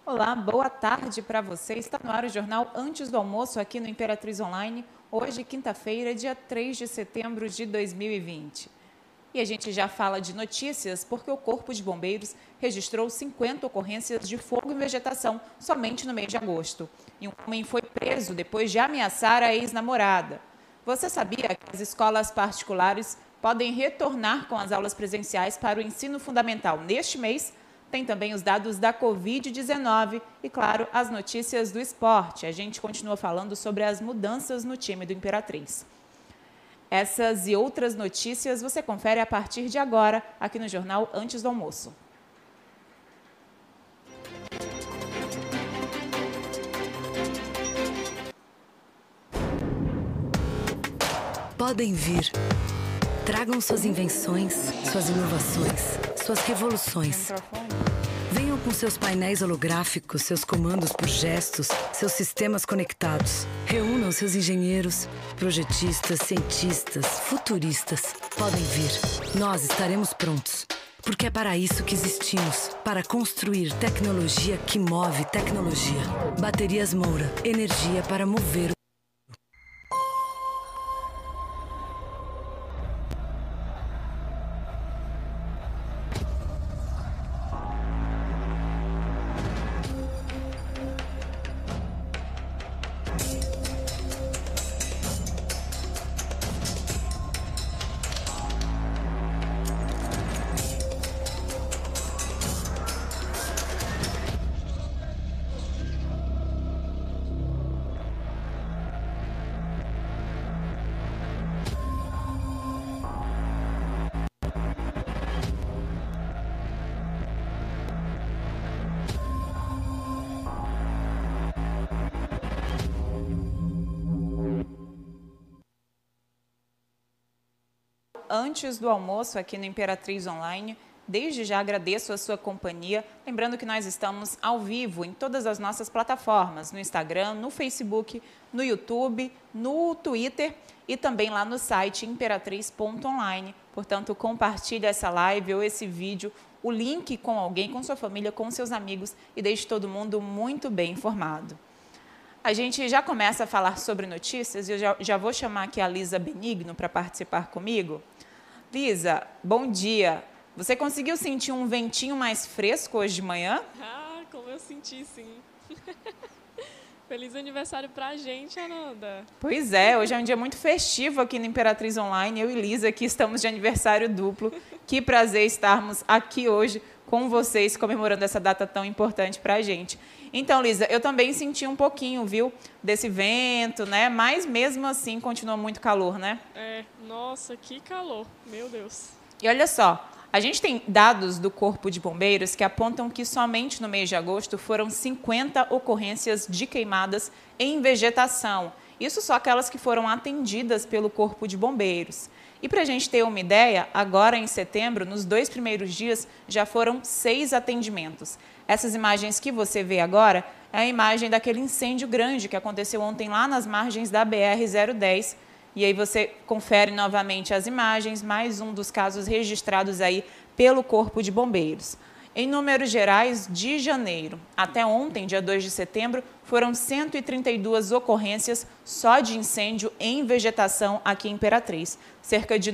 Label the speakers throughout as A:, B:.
A: Olá, boa tarde para você. Está no ar o jornal Antes do Almoço aqui no Imperatriz Online. Hoje, quinta-feira, dia 3 de setembro de 2020. E a gente já fala de notícias porque o Corpo de Bombeiros registrou 50 ocorrências de fogo e vegetação somente no mês de agosto. E um homem foi preso depois de ameaçar a ex-namorada. Você sabia que as escolas particulares podem retornar com as aulas presenciais para o ensino fundamental neste mês? Tem também os dados da Covid-19 e, claro, as notícias do esporte. A gente continua falando sobre as mudanças no time do Imperatriz. Essas e outras notícias você confere a partir de agora, aqui no Jornal Antes do Almoço.
B: Podem vir. Tragam suas invenções, suas inovações, suas revoluções. Venham com seus painéis holográficos, seus comandos por gestos, seus sistemas conectados. Reúnam seus engenheiros, projetistas, cientistas, futuristas. Podem vir. Nós estaremos prontos. Porque é para isso que existimos. Para construir tecnologia que move tecnologia. Baterias Moura. Energia para mover o
A: Antes do almoço aqui no Imperatriz Online. Desde já agradeço a sua companhia. Lembrando que nós estamos ao vivo em todas as nossas plataformas, no Instagram, no Facebook, no YouTube, no Twitter e também lá no site imperatriz.online. Portanto, compartilhe essa live ou esse vídeo, o link com alguém, com sua família, com seus amigos e deixe todo mundo muito bem informado. A gente já começa a falar sobre notícias e eu já vou chamar aqui a Lisa Benigno para participar comigo. Lisa, bom dia. Você conseguiu sentir um ventinho mais fresco hoje de manhã?
C: Ah, como eu senti, sim. Feliz aniversário pra gente, Ananda.
A: Pois é, hoje é um dia muito festivo aqui no Imperatriz Online. Eu e Lisa aqui estamos de aniversário duplo. Que prazer estarmos aqui hoje com vocês, comemorando essa data tão importante para a gente. Então, Lisa, eu também senti um pouquinho, viu, desse vento, né? Mas mesmo assim continua muito calor, né?
C: Nossa, que calor, meu Deus.
A: E olha só, a gente tem dados do Corpo de Bombeiros que apontam que somente no mês de agosto foram 50 ocorrências de queimadas em vegetação. Isso só aquelas que foram atendidas pelo Corpo de Bombeiros. E para a gente ter uma ideia, agora em setembro, nos 2 primeiros dias, já foram 6 atendimentos. Essas imagens que você vê agora é a imagem daquele incêndio grande que aconteceu ontem lá nas margens da BR-010. E aí você confere novamente as imagens, mais um dos casos registrados aí pelo Corpo de Bombeiros. Em números gerais, de janeiro até ontem, dia 2 de setembro, foram 132 ocorrências só de incêndio em vegetação aqui em Imperatriz. Cerca de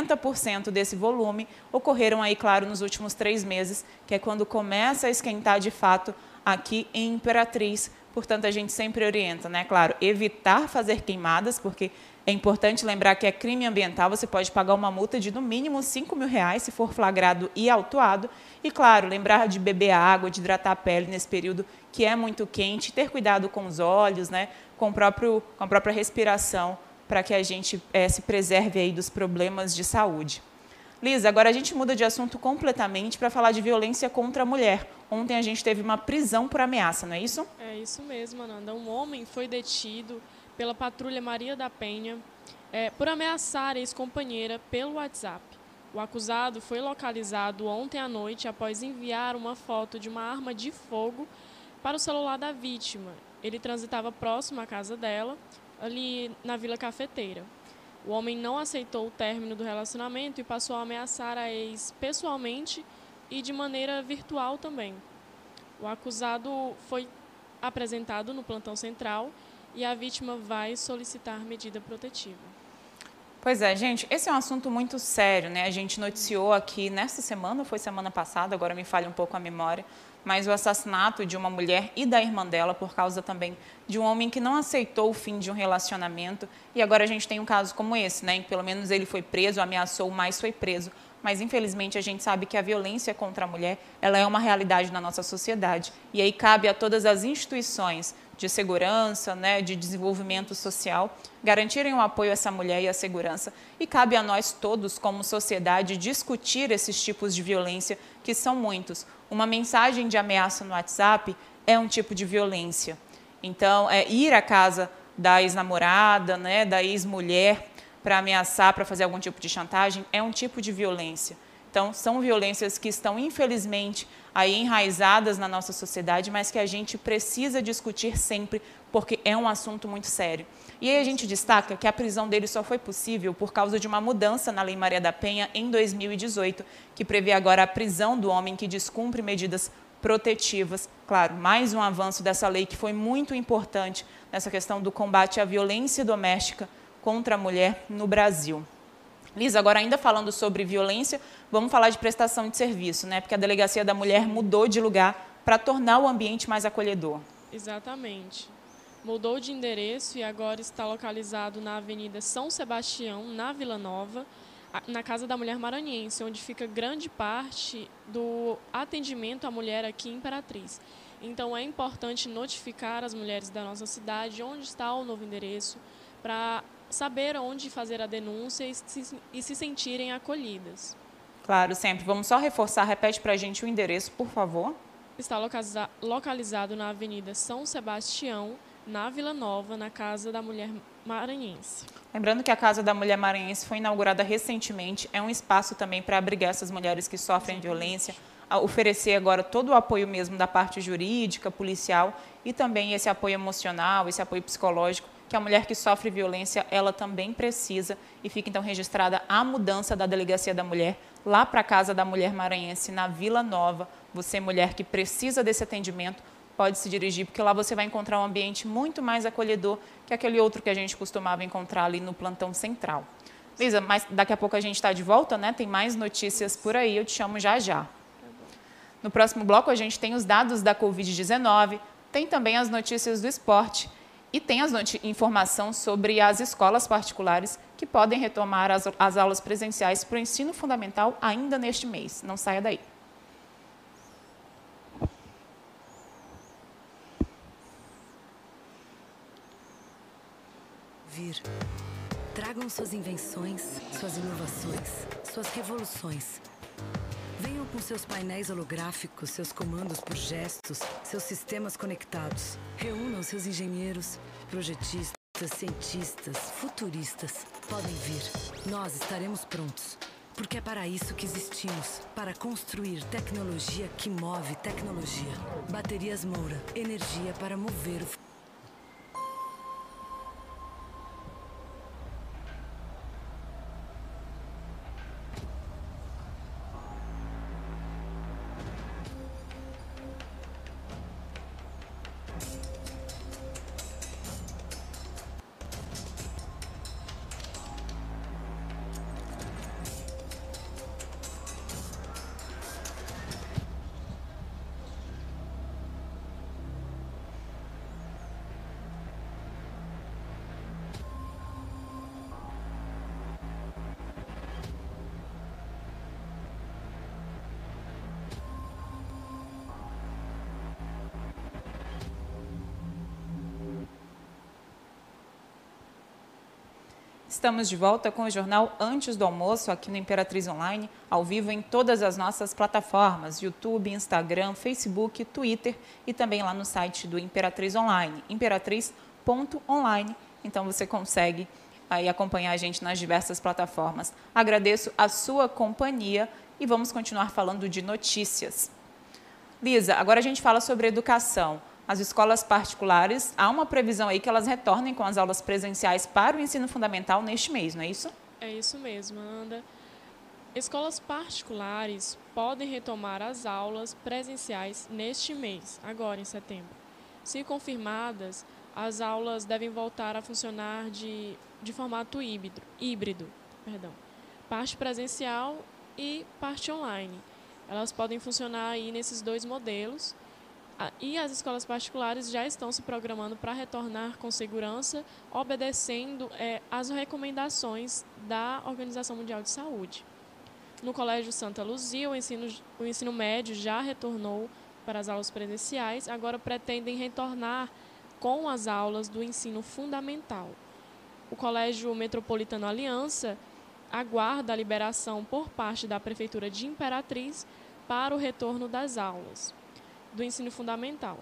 A: 90% desse volume ocorreram aí, claro, nos últimos 3 meses, que é quando começa a esquentar de fato aqui em Imperatriz. Portanto, a gente sempre orienta, né? Claro, evitar fazer queimadas, porque é importante lembrar que é crime ambiental, você pode pagar uma multa de no mínimo R$5.000 se for flagrado e autuado. E, claro, lembrar de beber água, de hidratar a pele nesse período que é muito quente, ter cuidado com os olhos, né? com a própria respiração, para que a gente se preserve aí dos problemas de saúde. Lisa, agora a gente muda de assunto completamente para falar de violência contra a mulher. Ontem a gente teve uma prisão por ameaça, não é isso?
C: É isso mesmo, Ananda. Um homem foi detido pela patrulha Maria da Penha por ameaçar a ex-companheira pelo WhatsApp. O acusado foi localizado ontem à noite após enviar uma foto de uma arma de fogo para o celular da vítima. Ele transitava próximo à casa dela, ali na Vila Cafeteira. O homem não aceitou o término do relacionamento e passou a ameaçar a ex pessoalmente e de maneira virtual também. O acusado foi apresentado no plantão central e a vítima vai solicitar medida protetiva.
A: Pois é, gente, esse é um assunto muito sério, né? A gente noticiou aqui nesta semana, foi semana passada, agora me falha um pouco a memória, mas o assassinato de uma mulher e da irmã dela por causa também de um homem que não aceitou o fim de um relacionamento. E agora a gente tem um caso como esse, né? Em que pelo menos ele foi preso, ameaçou, mas foi preso. Mas infelizmente a gente sabe que a violência contra a mulher, ela é uma realidade na nossa sociedade. E aí cabe a todas as instituições de segurança, né, de desenvolvimento social, garantirem o apoio a essa mulher e a segurança. E cabe a nós todos, como sociedade, discutir esses tipos de violência, que são muitos. Uma mensagem de ameaça no WhatsApp é um tipo de violência. Então, ir à casa da ex-namorada, né, da ex-mulher, para ameaçar, para fazer algum tipo de chantagem, é um tipo de violência. Então, são violências que estão, infelizmente, aí enraizadas na nossa sociedade, mas que a gente precisa discutir sempre, porque é um assunto muito sério. E aí a gente destaca que a prisão dele só foi possível por causa de uma mudança na Lei Maria da Penha em 2018, que prevê agora a prisão do homem que descumpre medidas protetivas. Claro, mais um avanço dessa lei que foi muito importante nessa questão do combate à violência doméstica contra a mulher no Brasil. Lisa, agora ainda falando sobre violência, vamos falar de prestação de serviço, né? Porque a Delegacia da Mulher mudou de lugar para tornar o ambiente mais acolhedor.
C: Exatamente. Mudou de endereço e agora está localizado na Avenida São Sebastião, na Vila Nova, na Casa da Mulher Maranhense, onde fica grande parte do atendimento à mulher aqui em Imperatriz. Então é importante notificar as mulheres da nossa cidade onde está o novo endereço, para saber onde fazer a denúncia e se sentirem acolhidas.
A: Claro, sempre. Vamos só reforçar, repete para a gente o endereço, por favor.
C: Está localizado na Avenida São Sebastião, na Vila Nova, na Casa da Mulher Maranhense.
A: Lembrando que a Casa da Mulher Maranhense foi inaugurada recentemente, é um espaço também para abrigar essas mulheres que sofrem violência, oferecer agora todo o apoio mesmo da parte jurídica, policial e também esse apoio emocional, esse apoio psicológico, que a mulher que sofre violência, ela também precisa, e fica então registrada a mudança da Delegacia da Mulher lá para a Casa da Mulher Maranhense, na Vila Nova. Você, mulher que precisa desse atendimento, pode se dirigir, porque lá você vai encontrar um ambiente muito mais acolhedor que aquele outro que a gente costumava encontrar ali no plantão central. Lisa, mas daqui a pouco a gente está de volta, né? Tem mais notícias por aí, eu te chamo já já. No próximo bloco a gente tem os dados da Covid-19, tem também as notícias do esporte, e tem informação sobre as escolas particulares que podem retomar as aulas presenciais para o ensino fundamental ainda neste mês. Não saia daí.
B: Vir. Tragam suas invenções, suas inovações, suas revoluções. Venham com seus painéis holográficos, seus comandos por gestos, seus sistemas conectados. Reúnam seus engenheiros, projetistas, cientistas, futuristas. Podem vir. Nós estaremos prontos. Porque é para isso que existimos. Para construir tecnologia que move tecnologia. Baterias Moura. Energia para mover o futuro.
A: Estamos de volta com o jornal Antes do Almoço, aqui no Imperatriz Online, ao vivo em todas as nossas plataformas, YouTube, Instagram, Facebook, Twitter e também lá no site do Imperatriz Online, imperatriz.online. Então você consegue aí acompanhar a gente nas diversas plataformas. Agradeço a sua companhia e vamos continuar falando de notícias. Lisa, agora a gente fala sobre educação. As escolas particulares, há uma previsão aí que elas retornem com as aulas presenciais para o ensino fundamental neste mês, não é isso?
C: É isso mesmo, Ananda. Escolas particulares podem retomar as aulas presenciais neste mês, agora em setembro. Se confirmadas, as aulas devem voltar a funcionar de formato híbrido, parte presencial e parte online. Elas podem funcionar aí nesses dois modelos. E as escolas particulares já estão se programando para retornar com segurança, obedecendo às recomendações da Organização Mundial de Saúde. No Colégio Santa Luzia, o ensino médio já retornou para as aulas presenciais, agora pretendem retornar com as aulas do ensino fundamental. O Colégio Metropolitano Aliança aguarda a liberação por parte da Prefeitura de Imperatriz para o retorno das aulas do ensino fundamental.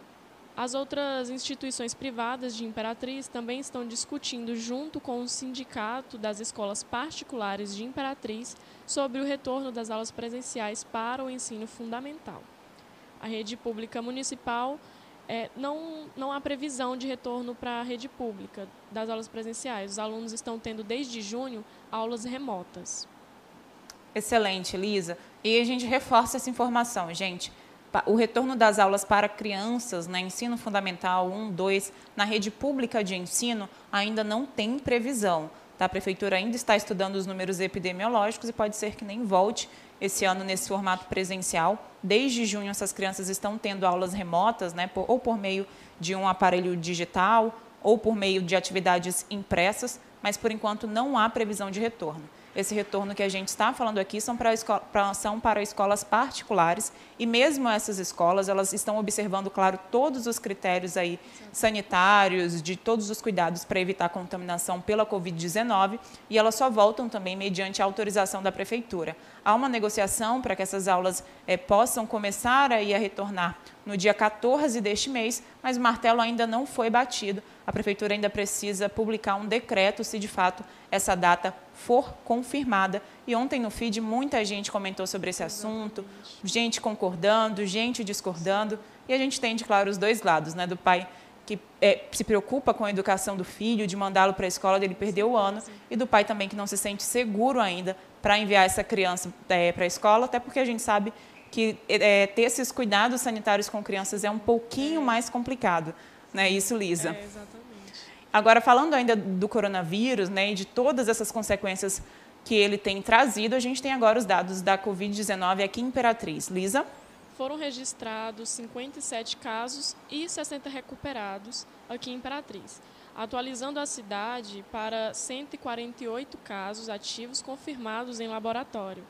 C: As outras instituições privadas de Imperatriz também estão discutindo, junto com o Sindicato das Escolas Particulares de Imperatriz, sobre o retorno das aulas presenciais para o ensino fundamental. A rede pública municipal não há previsão de retorno para a rede pública das aulas presenciais. Os alunos estão tendo, desde junho, aulas remotas.
A: Excelente, Lisa. E a gente reforça essa informação, gente. O retorno das aulas para crianças, ensino fundamental 1, 2, na rede pública de ensino, ainda não tem previsão. A Prefeitura ainda está estudando os números epidemiológicos e pode ser que nem volte esse ano nesse formato presencial. Desde junho, essas crianças estão tendo aulas remotas, ou por meio de um aparelho digital, ou por meio de atividades impressas, mas, por enquanto, não há previsão de retorno. Esse retorno que a gente está falando aqui são para escolas particulares e mesmo essas escolas, elas estão observando, claro, todos os critérios aí sanitários, de todos os cuidados para evitar a contaminação pela Covid-19 e elas só voltam também mediante a autorização da Prefeitura. Há uma negociação para que essas aulas possam começar aí a retornar no dia 14 deste mês, mas o martelo ainda não foi batido. A Prefeitura ainda precisa publicar um decreto se de fato essa data for confirmada. E ontem no feed muita gente comentou sobre esse assunto, gente concordando, gente discordando. E a gente tem, claro, os dois lados, do pai que se preocupa com a educação do filho, de mandá-lo para a escola, dele perder o ano, e do pai também que não se sente seguro ainda para enviar essa criança para a escola, até porque a gente sabe que ter esses cuidados sanitários com crianças é um pouquinho mais complicado. Não é isso, Lisa?
C: Exatamente.
A: Agora, falando ainda do coronavírus, e de todas essas consequências que ele tem trazido, a gente tem agora os dados da Covid-19 aqui em Imperatriz. Lisa?
C: Foram registrados 57 casos e 60 recuperados aqui em Imperatriz, atualizando a cidade para 148 casos ativos confirmados em laboratório.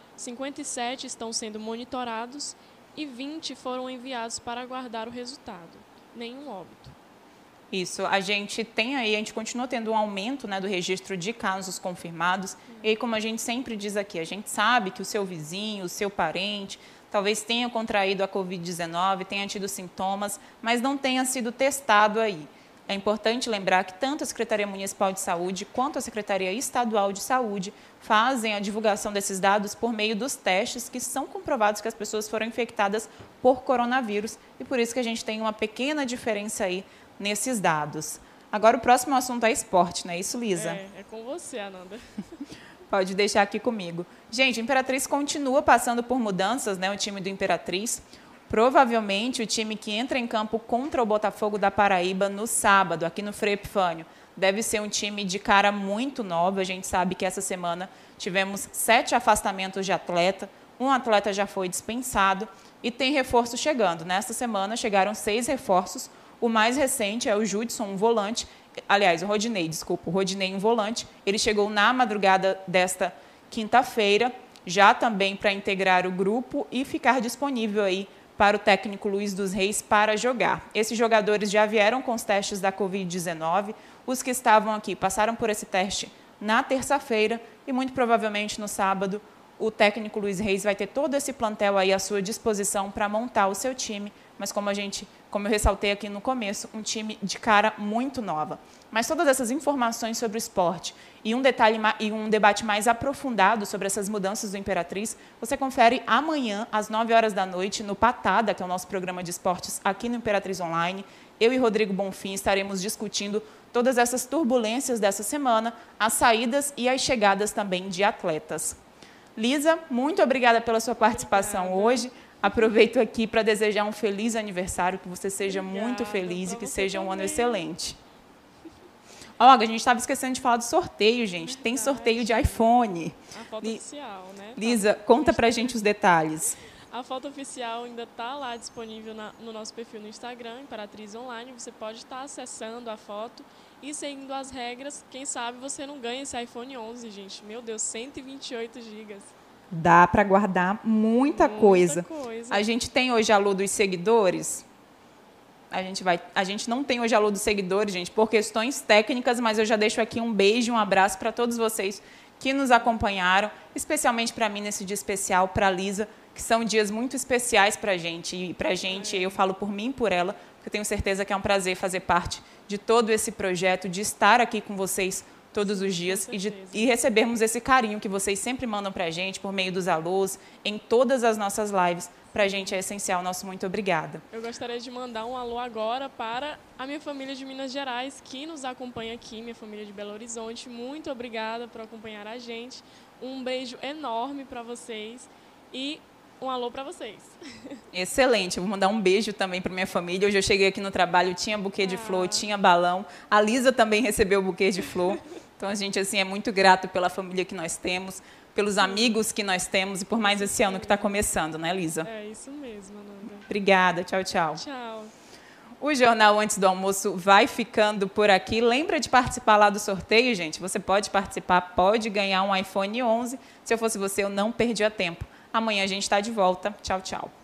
C: 57 estão sendo monitorados e 20 foram enviados para aguardar o resultado. Nenhum óbito.
A: Isso, a gente continua tendo um aumento do registro de casos confirmados. E aí, como a gente sempre diz aqui, a gente sabe que o seu vizinho, o seu parente, talvez tenha contraído a Covid-19, tenha tido sintomas, mas não tenha sido testado aí. É importante lembrar que tanto a Secretaria Municipal de Saúde quanto a Secretaria Estadual de Saúde fazem a divulgação desses dados por meio dos testes que são comprovados que as pessoas foram infectadas por coronavírus e por isso que a gente tem uma pequena diferença aí nesses dados. Agora o próximo assunto é esporte, não é isso, Lisa?
C: É com você, Ananda.
A: Pode deixar aqui comigo. Gente, a Imperatriz continua passando por mudanças, o time do Imperatriz. Provavelmente o time que entra em campo contra o Botafogo da Paraíba no sábado, aqui no Frei Epifânio, deve ser um time de cara muito nova. A gente sabe que essa semana tivemos 7 afastamentos de atleta, um atleta já foi dispensado e tem reforço chegando. Nesta semana chegaram 6 reforços, o mais recente é o Judson, um volante, aliás, o Rodinei, um volante. Ele chegou na madrugada desta quinta-feira, já também para integrar o grupo e ficar disponível aí para o técnico Luiz dos Reis para jogar. Esses jogadores já vieram com os testes da Covid-19, os que estavam aqui passaram por esse teste na terça-feira e muito provavelmente no sábado o técnico Luiz Reis vai ter todo esse plantel aí à sua disposição para montar o seu time, mas como eu ressaltei aqui no começo, um time de cara muito nova. Mas todas essas informações sobre o esporte e um debate mais aprofundado sobre essas mudanças do Imperatriz, você confere amanhã, às 9 horas da noite, no Patada, que é o nosso programa de esportes aqui no Imperatriz Online. Eu e Rodrigo Bonfim estaremos discutindo todas essas turbulências dessa semana, as saídas e as chegadas também de atletas. Lisa, muito obrigada pela sua participação hoje. Aproveito aqui para desejar um feliz aniversário, que você seja muito feliz e que seja um ano excelente. Olga, a gente estava esquecendo de falar do sorteio, gente. Tem sorteio de iPhone.
C: A foto oficial, né?
A: Lisa, conta pra gente os detalhes.
C: A foto oficial ainda está lá disponível no nosso perfil no Instagram, Imperatriz Online. Você pode estar acessando a foto e seguindo as regras. Quem sabe você não ganha esse iPhone 11, gente. Meu Deus, 128 GB.
A: Dá para guardar muita coisa.
C: coisa.
A: A gente tem hoje a alô dos seguidores. A gente não tem hoje alô dos seguidores, gente, por questões técnicas, mas eu já deixo aqui um beijo, um abraço para todos vocês que nos acompanharam, especialmente para mim nesse dia especial, para a Lisa, que são dias muito especiais para a gente. E para a gente, eu falo por mim e por ela, porque eu tenho certeza que é um prazer fazer parte de todo esse projeto, de estar aqui com vocês todos os dias e recebermos esse carinho que vocês sempre mandam para a gente, por meio dos alôs, em todas as nossas lives. Para a gente é essencial. Nosso muito obrigada.
C: Eu gostaria de mandar um alô agora para a minha família de Minas Gerais, que nos acompanha aqui, minha família de Belo Horizonte. Muito obrigada por acompanhar a gente. Um beijo enorme para vocês e um alô para vocês.
A: Excelente. Eu vou mandar um beijo também para minha família. Hoje eu cheguei aqui no trabalho, tinha buquê de flor, tinha balão. A Lisa também recebeu o buquê de flor. Então, a gente assim, é muito grato pela família que nós temos, pelos amigos que nós temos e por mais esse ano que está começando, né, Lisa?
C: É isso mesmo, Ananda.
A: Obrigada. Tchau, tchau.
C: Tchau.
A: O Jornal Antes do Almoço vai ficando por aqui. Lembra de participar lá do sorteio, gente? Você pode participar, pode ganhar um iPhone 11. Se eu fosse você, eu não perdia tempo. Amanhã a gente está de volta. Tchau, tchau.